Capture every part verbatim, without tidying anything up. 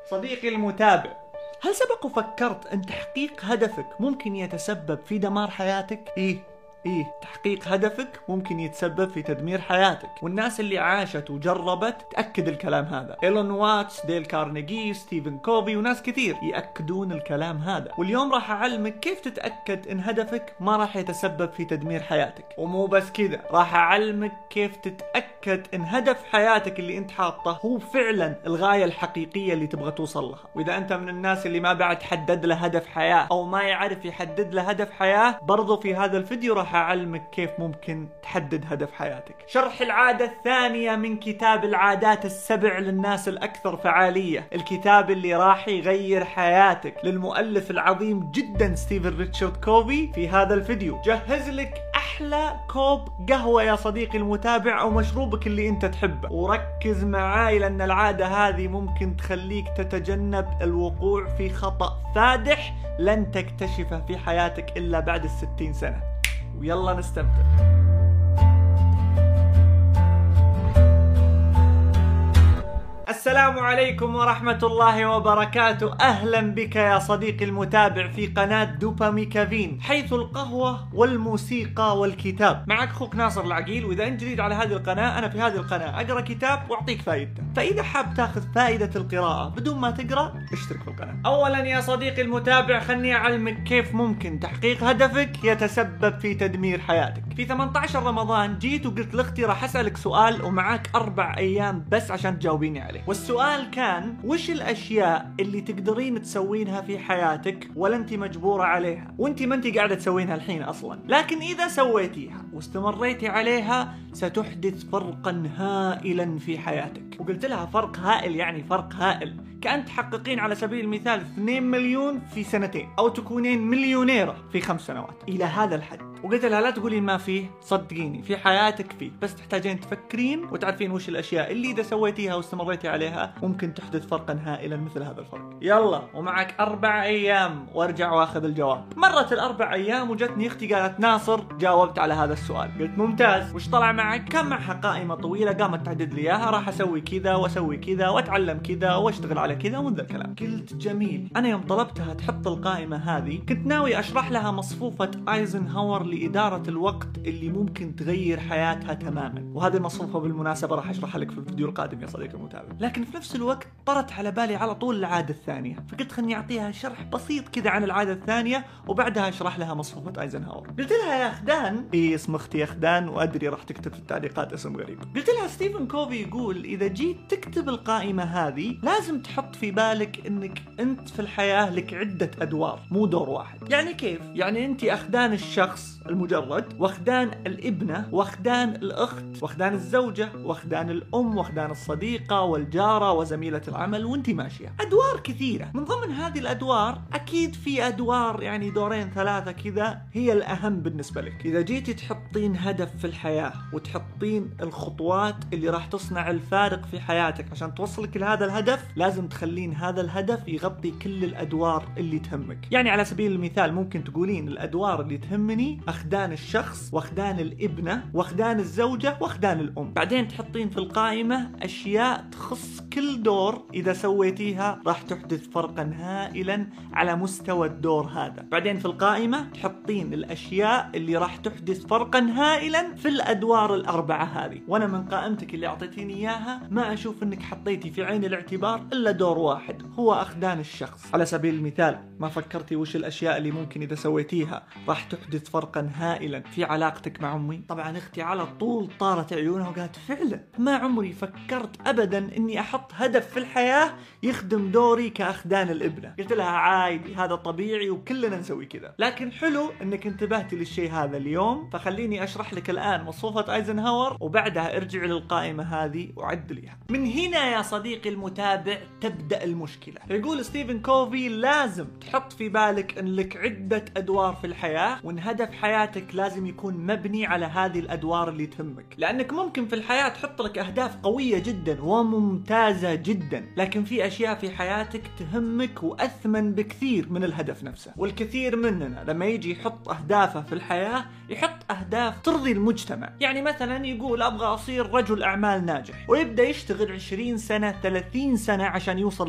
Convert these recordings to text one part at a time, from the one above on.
صديقي المتابع، هل سبق وفكرت أن تحقيق هدفك ممكن يتسبب في دمار حياتك؟ إيه إيه تحقيق هدفك ممكن يتسبب في تدمير حياتك، والناس اللي عاشت وجربت تأكد الكلام هذا. إيلون واتس، ديل كارنيجي، ستيفن كوفي وناس كثير يأكدون الكلام هذا. واليوم راح أعلمك كيف تتأكد أن هدفك ما راح يتسبب في تدمير حياتك. ومو بس كذا، راح أعلمك كيف تتأكد أن هدف حياتك اللي أنت حاطه هو فعلا الغاية الحقيقية اللي تبغى توصل لها. وإذا أنت من الناس اللي ما بعد حدد له هدف حياة أو ما يعرف يحدد له هدف حياة، برضو في هذا الفيديو راح أعلمك كيف ممكن تحدد هدف حياتك. شرح العادة الثانية من كتاب العادات السبع للناس الأكثر فعالية، الكتاب اللي راح يغير حياتك، للمؤلف العظيم جدا ستيفن ريتشارد كوفي. في هذا الفيديو جهز لك أحلى كوب قهوة يا صديقي المتابع أو مشروبك اللي أنت تحبه، وركز معاي لأن العادة هذه ممكن تخليك تتجنب الوقوع في خطأ فادح لن تكتشفه في حياتك إلا بعد الستين سنة. ويلا نستمتع. السلام عليكم ورحمة الله وبركاته. أهلا بك يا صديقي المتابع في قناة دوبامي كافين، حيث القهوة والموسيقى والكتاب. معك أخوك ناصر العقيل، وإذا أنت جديد على هذه القناة، أنا في هذه القناة أقرأ كتاب وأعطيك فائدته. فإذا حاب تاخذ فائدة القراءة بدون ما تقرأ، اشترك في القناة. أولا يا صديقي المتابع، خلني أعلمك كيف ممكن تحقيق هدفك يتسبب في تدمير حياتك. في ثمانية عشر رمضان جيت وقلت لأختي راح أسألك سؤال ومعاك أربع أيام بس عشان تجاوبيني عليه. والسؤال كان: وش الأشياء اللي تقدرين تسوينها في حياتك ولا أنت مجبورة عليها، وأنت ما أنت قاعدة تسوينها الحين أصلا، لكن إذا سويتيها واستمريتي عليها ستحدث فرقا هائلا في حياتك. وقلت لها فرق هائل يعني فرق هائل، كأن تحققين على سبيل المثال اثنين مليون في سنتين أو تكونين مليونيرة في خمس سنوات، إلى هذا الحد. وقلت لها لا تقولين ما فيه، صدقيني في حياتك فيه، بس تحتاجين تفكرين وتعرفين وش الأشياء اللي إذا سويتيها واستمريتي عليها ممكن تحدث فرقا هائلا مثل هذا الفرق. يلا، ومعك أربع أيام وارجع واخذ الجواب. مرت الأربع أيام وجتني أختي قالت: ناصر جاوبت على هذا السؤال. قلت ممتاز، وش طلع معك؟ كان معها قائمة طويلة قامت تعدد لي إياها، راح أسوي كذا وأسوي كذا وأتعلم كذا وأشتغل على كذا ومن ذا الكلام. قلت جميل. أنا يوم طلبتها تحط القائمة هذه كنت ناوي أشرح لها مصفوفة ايزنهاور لإدارة الوقت اللي ممكن تغير حياتها تماما، وهذه المصفوفة بالمناسبة راح أشرحها لك في الفيديو القادم يا صديقي المتابع. لكن في نفس الوقت طرت على بالي على طول العادة الثانية، فقلت خلني أعطيها شرح بسيط كذا عن العادة الثانية وبعدها أشرح لها مصفوفة ايزنهاور. قلت لها يا أخدان، إيه اسم أختي أخدان وأدري راح تكتب في التعليقات اسم غريب. قلت لها ستيفن كوفي يقول إذا جيت تكتب القائمة هذه لازم تحط في بالك إنك أنت في الحياة لك عدة أدوار مو دور واحد. يعني كيف؟ يعني أنت أخدان الشخص المجرد، واخدان الابنة، واخدان الأخت، واخدان الزوجة، واخدان الأم، واخدان الصديقة والجارة وزميلة العمل، وانتي ماشية. أدوار كثيرة. من ضمن هذه الأدوار أكيد في أدوار يعني دورين ثلاثة كذا هي الأهم بالنسبة لك. إذا جيتي تحطين هدف في الحياة وتحطين الخطوات اللي راح تصنع الفارق في حياتك عشان توصلك لهذا الهدف، لازم تخلين هذا الهدف يغطي كل الأدوار اللي تهمك. يعني على سبيل المثال ممكن تقولين الأدوار اللي تهمني أخدان الشخص، واخدان الابنة، واخدان الزوجة، واخدان الأم. بعدين تحطين في القائمة أشياء تخص كل دور إذا سويتيها راح تحدث فرقا هائلا على مستوى الدور هذا. بعدين في القائمة تحطين الأشياء اللي راح تحدث فرقا هائلا في الأدوار الأربعة هذه. وأنا من قائمتك اللي أعطيتيني إياها ما أشوف أنك حطيتي في عين الاعتبار إلا دور واحد، هو أخدان الشخص. على سبيل المثال ما فكرتي وش الأشياء اللي ممكن إذا سويتيها راح تحدث فرقا هائلا في علاقتك مع أمي؟ طبعا أختي على طول طارت عيونها وقالت فعلا ما عمري فكرت أبدا أني أحط هدف في الحياة يخدم دوري كأخدان الابنة. قلت لها عادي، هذا طبيعي وكلنا نسوي كذا، لكن حلو أنك انتبهتي للشيء هذا اليوم، فخليني أشرح لك الآن مصفوفة ايزنهاور وبعدها ارجعي للقائمة هذه وعدليها. من هنا يا صديقي المتابع تبدأ المشكلة. يقول ستيفن كوفي لازم تحط في بالك أن لك عدة أدوار في الحياة، وأن هدف حياتك لازم يكون مبني على هذه الأدوار اللي تهمك. لأنك ممكن في الحياة تحط لك أهداف قوية جدا وممتازة جدا، لكن في أشياء في حياتك تهمك وأثمن بكثير من الهدف نفسه. والكثير مننا لما يجي يحط أهدافه في الحياة يحط أهداف ترضي المجتمع. يعني مثلا يقول أبغى أصير رجل أعمال ناجح، ويبدأ يشتغل عشرين سنة ثلاثين سنة عشان يوصل للهدف هذا.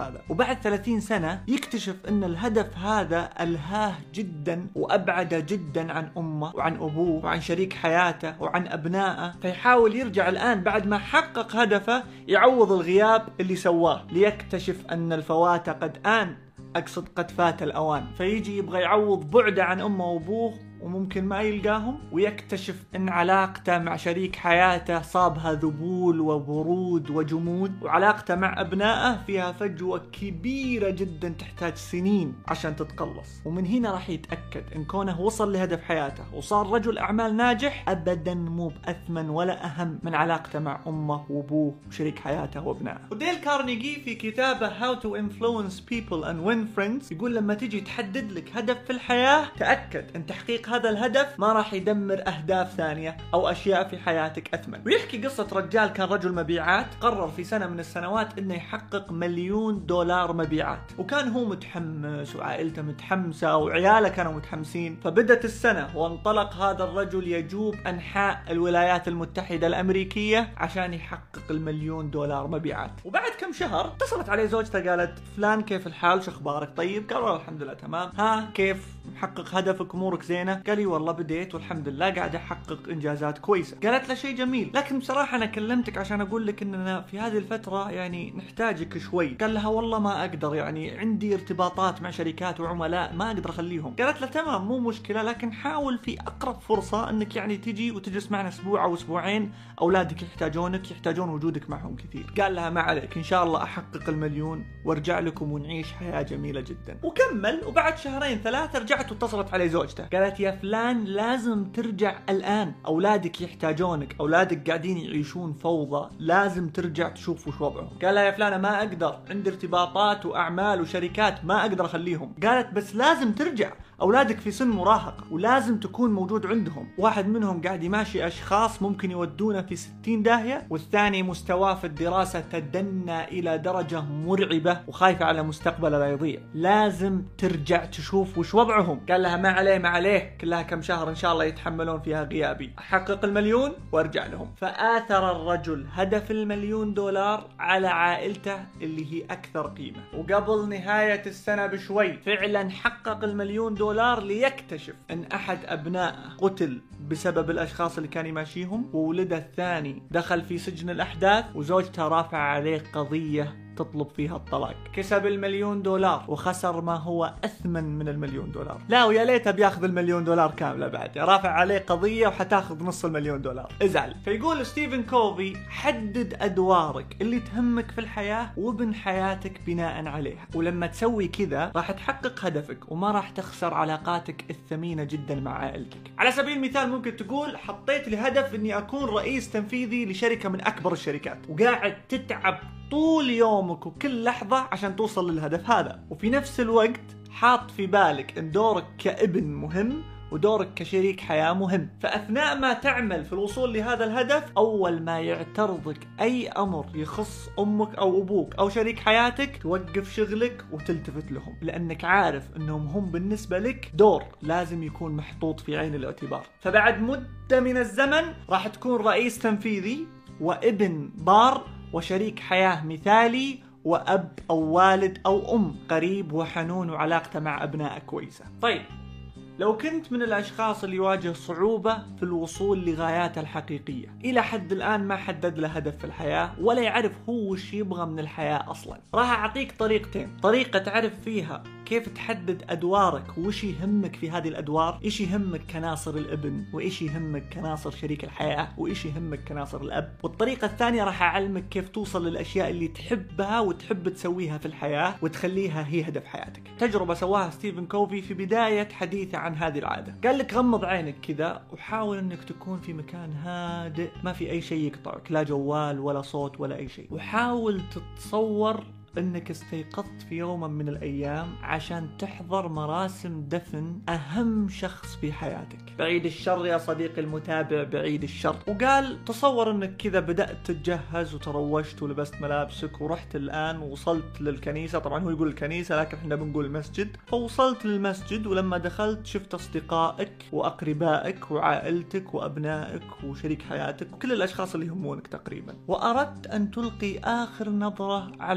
هذا، وبعد ثلاثين سنة يكتشف أن الهدف هذا ألهاه جدا وأبعده جدا عن أمه وعن أبوه وعن شريك حياته وعن أبنائه، فيحاول يرجع الآن بعد ما حقق هدفه يعوض الغياب اللي سواه، ليكتشف أن الفوات قد آن، أقصد قد فات الأوان. فيجي يبغى يعوض بعده عن أمه وأبوه وممكن ما يلقاهم، ويكتشف أن علاقته مع شريك حياته صابها ذبول وبرود وجمود، وعلاقته مع أبنائه فيها فجوة كبيرة جدا تحتاج سنين عشان تتقلص. ومن هنا راح يتأكد إن كونه وصل لهدف حياته وصار رجل أعمال ناجح أبدا مو بأثمن ولا أهم من علاقته مع أمه وأبوه وشريك حياته وأبنائه. وديل كارنيجي في كتابه How to Influence People and Win Friends يقول لما تجي تحدد لك هدف في الحياة تأكد أن تحقيق هذا الهدف ما راح يدمر أهداف ثانية أو أشياء في حياتك أثمن. ويحكي قصة رجال كان رجل مبيعات قرر في سنة من السنوات إنه يحقق مليون دولار مبيعات، وكان هو متحمس وعائلته متحمسة وعياله كانوا متحمسين. فبدت السنة وانطلق هذا الرجل يجوب أنحاء الولايات المتحدة الأمريكية عشان يحقق المليون دولار مبيعات. وبعد كم شهر اتصلت عليه زوجته قالت فلان كيف الحال، شو أخبارك؟ طيب. قال والله الحمد لله تمام. ها كيف محقق هدفك، أمورك زينة؟ قال لي والله بديت والحمد لله قاعد أحقق إنجازات كويسة. قالت له شيء جميل، لكن بصراحة أنا كلمتك عشان أقول لك إننا في هذه الفترة يعني نحتاجك شوي. قال لها والله ما أقدر، يعني عندي ارتباطات مع شركات وعملاء ما أقدر أخليهم. قالت له تمام مو مشكلة، لكن حاول في أقرب فرصة إنك يعني تجي وتجلس معنا أسبوع أو أسبوعين، أولادك يحتاجونك يحتاجون وجودك معهم كثير. قال لها ما عليك، إن شاء الله أحقق المليون وارجع لكم ونعيش حياة جميلة جدا. وكمل، وبعد شهرين ثلاثة رجعت واتصلت عليه زوجته قالت يا فلان لازم ترجع الآن، أولادك يحتاجونك، أولادك قاعدين يعيشون فوضى، لازم ترجع تشوف وش وضعهم. قال يا فلانة ما أقدر، عندي ارتباطات وأعمال وشركات ما أقدر أخليهم. قالت بس لازم ترجع، أولادك في سن مراهقة ولازم تكون موجود عندهم، واحد منهم قاعد يماشي أشخاص ممكن يودونه في ستين داهية، والثاني مستواه في الدراسة تدنى إلى درجة مرعبة وخايفة على مستقبله لا يضيع، لازم ترجع تشوف وش وضعهم. قال لها ما عليه ما عليه، كلها كم شهر إن شاء الله يتحملون فيها غيابي، أحقق المليون وارجع لهم. فآثر الرجل هدف المليون دولار على عائلته اللي هي أكثر قيمة، وقبل نهاية السنة بشوي فعلا حقق المليون دولار دولار ليكتشف أن أحد أبنائه قتل بسبب الأشخاص اللي كان يماشيهم، وولده الثاني دخل في سجن الأحداث، وزوجته رافعة عليه قضية تطلب فيها الطلاق. كسب المليون دولار وخسر ما هو أثمن من المليون دولار. لا ويا ليته بياخذ المليون دولار كاملة بعد، رافع عليه قضية وحتاخذ نص المليون دولار، ازعل. فيقول ستيفن كوفي حدد أدوارك اللي تهمك في الحياة وابن حياتك بناء عليها، ولما تسوي كذا راح تحقق هدفك وما راح تخسر علاقاتك الثمينة جدا مع عائلتك. على سبيل المثال ممكن تقول حطيت لي هدف اني اكون رئيس تنفيذي لشركة من اكبر الشركات، وقاعد تتعب طول يومك وكل لحظة عشان توصل للهدف هذا، وفي نفس الوقت حاط في بالك ان دورك كابن مهم ودورك كشريك حياة مهم. فأثناء ما تعمل في الوصول لهذا الهدف، أول ما يعترضك أي أمر يخص أمك أو أبوك أو شريك حياتك توقف شغلك وتلتفت لهم، لأنك عارف أنهم هم بالنسبة لك دور لازم يكون محطوط في عين الاعتبار. فبعد مدة من الزمن راح تكون رئيس تنفيذي وابن بار وشريك حياة مثالي وأب أو والد أو أم قريب وحنون وعلاقته مع أبنائه كويسة. طيب لو كنت من الأشخاص اللي يواجه صعوبة في الوصول لغاياته الحقيقية، إلى حد الآن ما حدد له هدف في الحياة ولا يعرف هو وش يبغى من الحياة أصلا، راح أعطيك طريقتين. طريقة تعرف فيها كيف تحدد أدوارك وش يهمك في هذه الأدوار، إيش يهمك كناصر الابن وإيش يهمك كناصر شريك الحياة وإيش يهمك كناصر الأب. والطريقة الثانية راح أعلمك كيف توصل للأشياء اللي تحبها وتحب تسويها في الحياة وتخليها هي هدف حياتك. تجربة سواها ستيفن كوفي في بداية حديثه عن هذه العادة. قال لك غمض عينك كذا وحاول أنك تكون في مكان هادئ ما في أي شيء يقطعك، لا جوال ولا صوت ولا أي شيء، وحاول تتصور أنك استيقظت في يوم من الأيام عشان تحضر مراسم دفن أهم شخص في حياتك. بعيد الشر يا صديقي المتابع، بعيد الشر. وقال تصور أنك كذا بدأت تتجهز وتروشت ولبست ملابسك ورحت الآن ووصلت للكنيسة. طبعا هو يقول الكنيسة لكن احنا بنقول المسجد. فوصلت للمسجد ولما دخلت شفت أصدقائك وأقربائك وعائلتك وأبنائك وشريك حياتك وكل الأشخاص اللي يهمونك تقريبا، وأردت أن تلقي آخر نظرة على هذا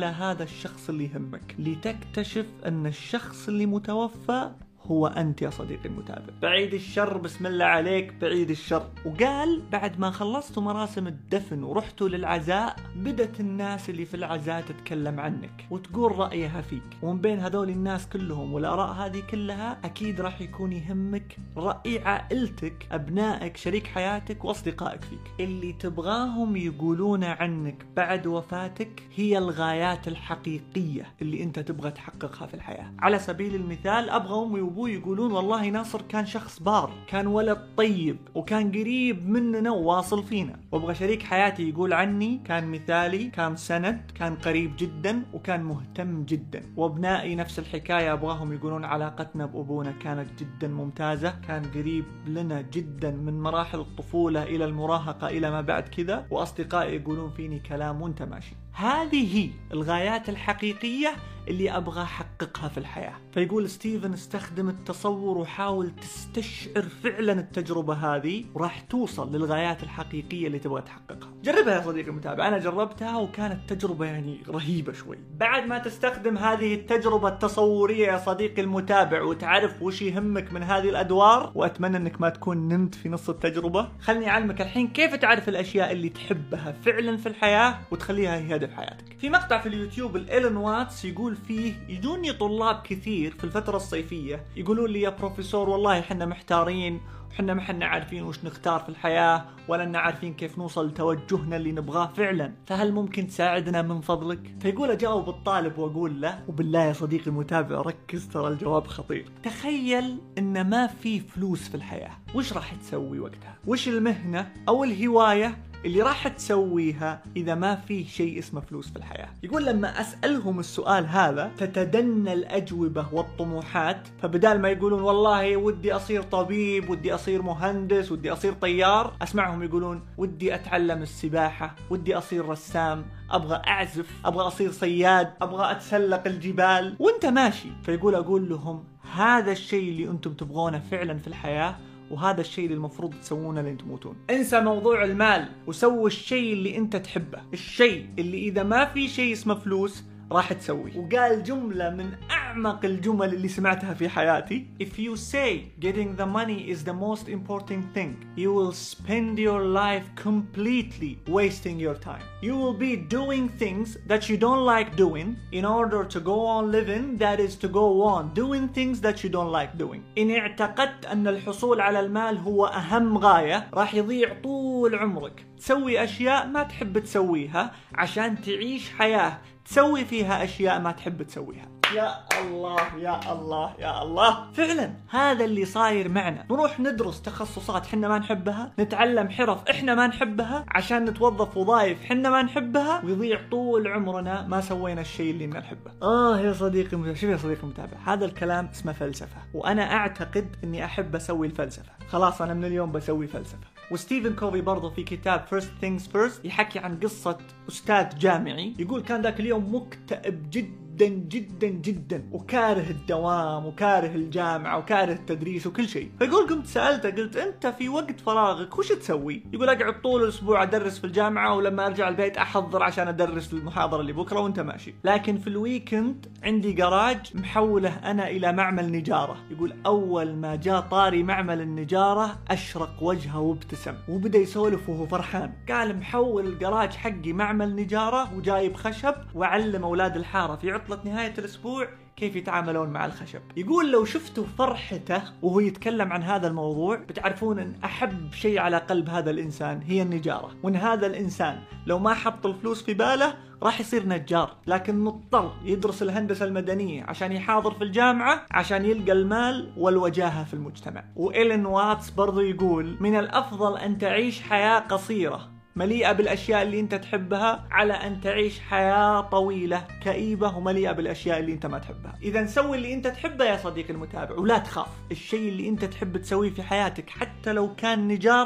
الشخص اللي يهمك لتكتشف أن الشخص اللي متوفى هو أنت يا صديقي المتابع. بعيد الشر، بسم الله عليك، بعيد الشر. وقال بعد ما خلصتوا مراسم الدفن ورحتوا للعزاء بدت الناس اللي في العزاء تتكلم عنك وتقول رأيها فيك، ومن بين هذول الناس كلهم والآراء هذه كلها أكيد راح يكون يهمك رأي عائلتك، أبنائك، شريك حياتك وأصدقائك فيك. اللي تبغاهم يقولون عنك بعد وفاتك هي الغايات الحقيقية اللي أنت تبغى تحققها في الحياة. على سبيل المثال أبغاهم وأبوي يقولون والله ناصر كان شخص بار، كان ولد طيب وكان قريب مننا وواصل فينا. وابغى شريك حياتي يقول عني كان مثالي، كان سند، كان قريب جدا وكان مهتم جدا. وابنائي نفس الحكاية، ابغاهم يقولون علاقتنا بأبونا كانت جدا ممتازة، كان قريب لنا جدا من مراحل الطفولة إلى المراهقة إلى ما بعد كذا. وأصدقائي يقولون فيني كلام وانت ماشي. هذه هي الغايات الحقيقية اللي أبغى أحققها في الحياة. فيقول ستيفن استخدم التصور وحاول تستشعر فعلا التجربة هذه وراح توصل للغايات الحقيقية اللي تبغى تحققها. جربها يا صديقي المتابع، أنا جربتها وكانت تجربة يعني رهيبة شوي. بعد ما تستخدم هذه التجربة التصورية يا صديقي المتابع وتعرف وش يهمك من هذه الأدوار، وأتمنى أنك ما تكون نمت في نص التجربة، خلني أعلمك الحين كيف تعرف الأشياء اللي تحبها فعلا في الحياة وتخليها هي هدف حياتك. في مقطع في اليوتيوب الإيلون واتس يقول فيه يجوني طلاب كثير في الفترة الصيفية يقولون لي يا بروفيسور والله حنا محتارين وحنا ما حنا عارفين وش نختار في الحياة ولا لنا عارفين كيف نوصل لتوجهنا اللي نبغاه فعلا، فهل ممكن تساعدنا من فضلك؟ فيقول أجاوب الطالب وأقول له وبالله يا صديقي المتابع ركز ترى الجواب خطير. تخيل إن ما في فلوس في الحياة، وش راح تسوي وقتها؟ وش المهنة أو الهواية اللي راح تسويها إذا ما في شيء اسمه فلوس في الحياة؟ يقول لما أسألهم السؤال هذا تتدنى الأجوبة والطموحات، فبدال ما يقولون والله ودي أصير طبيب، ودي أصير مهندس، ودي أصير طيار، أسمعهم يقولون ودي أتعلم السباحة، ودي أصير رسام، أبغى أعزف، أبغى أصير صياد، أبغى أتسلق الجبال وانت ماشي. فيقول أقول لهم هذا الشيء اللي أنتم تبغونه فعلا في الحياة، وهذا الشيء اللي المفروض تسوونه لين تموتون. انسى موضوع المال وسوي الشيء اللي انت تحبه، الشيء اللي اذا ما في شيء اسمه فلوس راح تسويه. وقال جملة من أعمق الجمل اللي سمعتها في حياتي: If you say getting the money is the most important thing, you will spend your life completely wasting your time. You will be doing things that you don't like doing in order to go on living, that is to go on doing things that you don't like doing. إن اعتقدت أن الحصول على المال هو أهم غاية، راح يضيع طول عمرك تسوي أشياء ما تحب تسويها عشان تعيش حياة تسوي فيها أشياء ما تحب تسويها. يا الله يا الله يا الله، فعلا هذا اللي صاير معنا. نروح ندرس تخصصات حنا ما نحبها، نتعلم حرف احنا ما نحبها عشان نتوظف وظائف حنا ما نحبها، ويضيع طول عمرنا ما سوينا الشيء اللي ما نحبه. آه يا صديقي متابع، شوف يا صديقي المتابع، هذا الكلام اسمه فلسفة، وأنا أعتقد إني أحب أسوي الفلسفة. خلاص أنا من اليوم بسوي فلسفة. وستيفن كوفي برضو في كتاب First Things First يحكي عن قصة أستاذ جامعي يقول كان ذاك اليوم مكتئب جدا جدا جدا وكاره الدوام وكاره الجامعة وكاره التدريس وكل شيء. فيقول قمت سألته قلت أنت في وقت فراغك وش تسوي؟ يقول أقعد طول الأسبوع أدرس في الجامعة، ولما أرجع البيت أحضر عشان أدرس المحاضرة اللي بكرة وأنت ماشي، لكن في الويكند عندي جراج محوله أنا إلى معمل نجارة. يقول أول ما جاء طاري معمل النجارة أشرق وجهه وابتسم وبدأ يسولف وهو فرحان. قال محول الجراج حقي معمل نجارة وجايب خشب وأعلم أولاد الحارة في عطلة نهاية الأسبوع كيف يتعاملون مع الخشب. يقول لو شفتوا فرحته وهو يتكلم عن هذا الموضوع بتعرفون أن أحب شيء على قلب هذا الإنسان هي النجارة، وأن هذا الإنسان لو ما حط الفلوس في باله راح يصير نجار، لكن مضطر يدرس الهندسة المدنية عشان يحاضر في الجامعة عشان يلقى المال والوجاهة في المجتمع. وإيلون واتس برضو يقول من الأفضل أن تعيش حياة قصيرة مليئة بالأشياء اللي أنت تحبها على أن تعيش حياة طويلة كئيبة ومليئة بالأشياء اللي أنت ما تحبها. إذا سوي اللي أنت تحبه يا صديقي المتابع ولا تخاف. الشيء اللي أنت تحب تسويه في حياتك حتى لو كان نجارة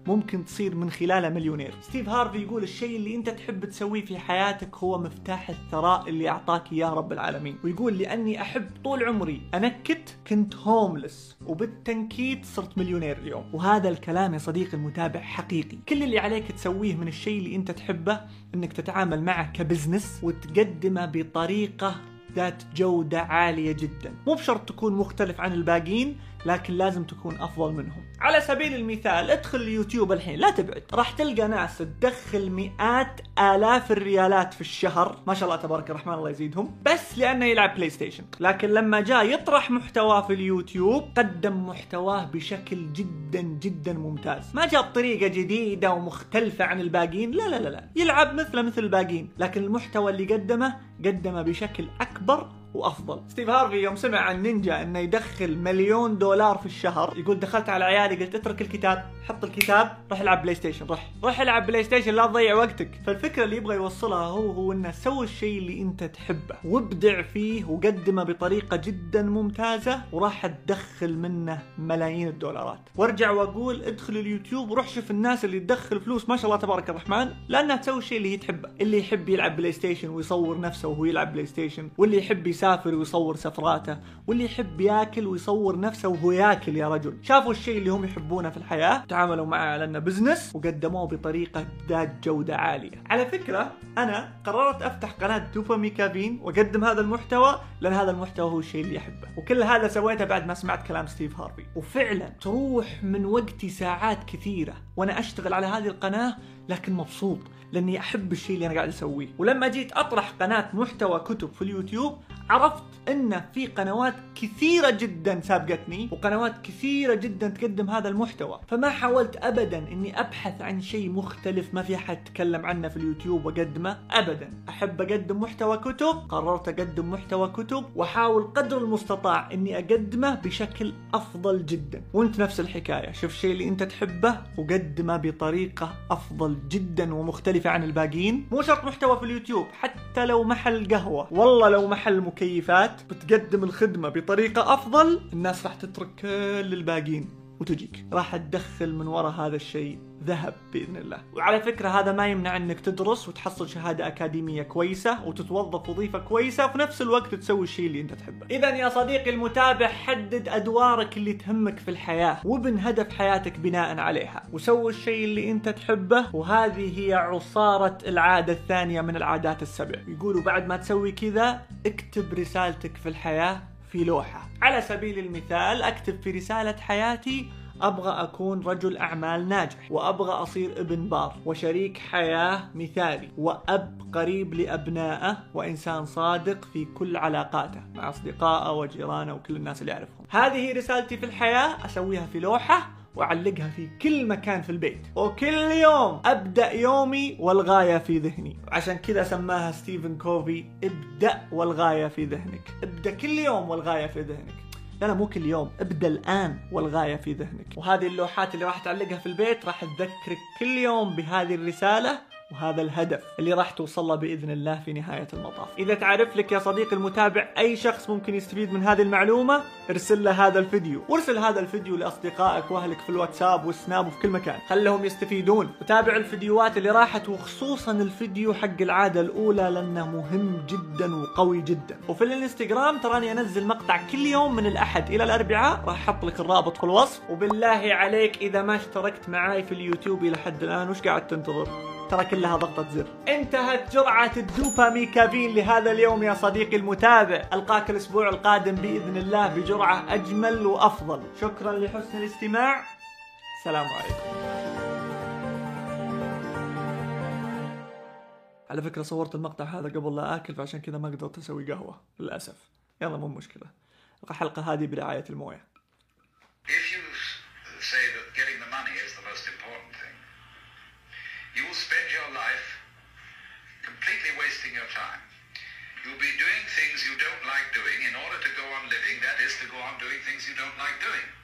ممكن تصير من خلاله مليونير. ستيف هارفي يقول الشيء اللي انت تحب تسويه في حياتك هو مفتاح الثراء اللي اعطاك اياه رب العالمين. ويقول لاني احب طول عمري انكت كنت هوملس وبالتنكيت صرت مليونير اليوم. وهذا الكلام يا صديقي المتابع حقيقي. كل اللي عليك تسويه من الشيء اللي انت تحبه انك تتعامل معه كبزنس وتقدمه بطريقة ذات جودة عالية جدا. مو بشرط تكون مختلف عن الباقين، لكن لازم تكون أفضل منهم. على سبيل المثال ادخل اليوتيوب الحين، لا تبعد، راح تلقى ناس تدخل مئات آلاف الريالات في الشهر، ما شاء الله تبارك الرحمن الله يزيدهم، بس لأنه يلعب بلاي ستيشن. لكن لما جاء يطرح محتواه في اليوتيوب قدم محتواه بشكل جدا جدا ممتاز. ما جاء بطريقة جديدة ومختلفة عن الباقين، لا لا لا لا، يلعب مثله مثل الباقين، لكن المحتوى اللي قدمه قدمه بشكل أكبر وافضل. ستيف هارفي يوم سمع عن نينجا انه يدخل مليون دولار في الشهر، يقول دخلت على عيالي قلت اترك الكتاب، حط الكتاب، روح العب بلاي ستيشن، روح روح العب بلاي ستيشن، لا تضيع وقتك. فالفكره اللي يبغى يوصلها هو هو انه سوي الشيء اللي انت تحبه وابدع فيه وقدمه بطريقه جدا ممتازه، وراح تدخل منه ملايين الدولارات. وارجع واقول ادخل اليوتيوب وروح شوف الناس اللي تدخل فلوس ما شاء الله تبارك الرحمن، لانها تسوي الشيء اللي هي تحبه. اللي يحب يلعب بلاي ستيشن ويصور نفسه وهو يلعب بلاي ستيشن، واللي يحب يسافر ويصور سفراته، واللي يحب ياكل ويصور نفسه وهو ياكل. يا رجل شافوا الشيء اللي هم يحبونه في الحياة، تعاملوا معه على انه بزنس وقدموه بطريقة ذات جودة عالية. على فكرة انا قررت افتح قناة دوبامي كافين واقدم هذا المحتوى، لان هذا المحتوى هو الشيء اللي احبه. وكل هذا سويته بعد ما سمعت كلام ستيف هارفي. وفعلا تروح من وقتي ساعات كثيرة وانا اشتغل على هذه القناة، لكن مبسوط لاني احب الشيء اللي انا قاعد اسويه. ولما جيت اطرح قناة محتوى كتب في اليوتيوب عرفت ان في قنوات كثيرة جدا سابقتني وقنوات كثيرة جدا تقدم هذا المحتوى، فما حاولت ابدا اني ابحث عن شيء مختلف ما في احد تكلم عنه في اليوتيوب واقدمه ابدا. احب اقدم محتوى كتب، قررت اقدم محتوى كتب واحاول قدر المستطاع اني اقدمه بشكل افضل جدا. وانت نفس الحكاية، شوف الشيء اللي انت تحبه وقدمه بطريقة افضل جدا ومختلفة عن الباقين. مو شرط محتوى في اليوتيوب، حتى لو محل قهوة، والله لو محل مكيفات، بتقدم الخدمة بطريقة أفضل، الناس راح تترك كل الباقين وتجيك، راح تدخل من وراء هذا الشيء ذهب بإذن الله. وعلى فكرة هذا ما يمنع أنك تدرس وتحصل شهادة أكاديمية كويسة وتتوظف وظيفة كويسة وفي نفس الوقت تسوي الشيء اللي أنت تحبه. إذا يا صديقي المتابع، حدد أدوارك اللي تهمك في الحياة وابن هدف حياتك بناء عليها، وسوي الشيء اللي أنت تحبه. وهذه هي عصارة العادة الثانية من العادات السبع. يقولوا بعد ما تسوي كذا اكتب رسالتك في الحياة في لوحة. على سبيل المثال أكتب في رسالة حياتي أبغى أكون رجل أعمال ناجح، وأبغى أصير ابن بار وشريك حياة مثالي، وأب قريب لأبنائه، وإنسان صادق في كل علاقاته مع أصدقائه وجيرانه وكل الناس اللي يعرفهم. هذه رسالتي في الحياة، أسويها في لوحة وأعلقها في كل مكان في البيت، وكل يوم أبدأ يومي والغاية في ذهني. عشان كذا سماها ستيفن كوفي ابدأ والغاية في ذهنك. ابدأ كل يوم والغاية في ذهنك. لا لا، مو كل يوم، ابدأ الآن والغاية في ذهنك. وهذه اللوحات اللي راح تعلقها في البيت راح تذكرك كل يوم بهذه الرسالة وهذا الهدف اللي راح توصل له بإذن الله في نهاية المطاف. إذا تعرف لك يا صديقي المتابع أي شخص ممكن يستفيد من هذه المعلومة، ارسل له هذا الفيديو، وارسل هذا الفيديو لأصدقائك وأهلك في الواتساب والسناب وفي كل مكان، خلهم يستفيدون. وتابع الفيديوهات اللي راحت، وخصوصا الفيديو حق العادة الأولى لأنه مهم جدا وقوي جدا. وفي الانستغرام تراني أنزل مقطع كل يوم من الأحد إلى الأربعاء، راح أحط لك الرابط في الوصف. وبالله عليك إذا ما اشتركت معاي في اليوتيوب إلى حد الآن وش قاعد تنتظر؟ ترى كلها ضغطة زر. انتهت جرعة الدوبامي كافين لهذا اليوم يا صديقي المتابع. ألقاك الأسبوع القادم بإذن الله بجرعة أجمل وأفضل. شكرا لحسن الاستماع. السلام عليكم. على فكرة صورت المقطع هذا قبل لا آكل، فعشان كذا ما قدرت أسوي قهوة للأسف. يلا مو مشكلة، الحلقة هذه برعاية الموية. If you say that getting the money is the most important thing, you will spend your life completely wasting your time. You'll be doing things you don't like doing in order to go on living, that is, to go on doing things you don't like doing.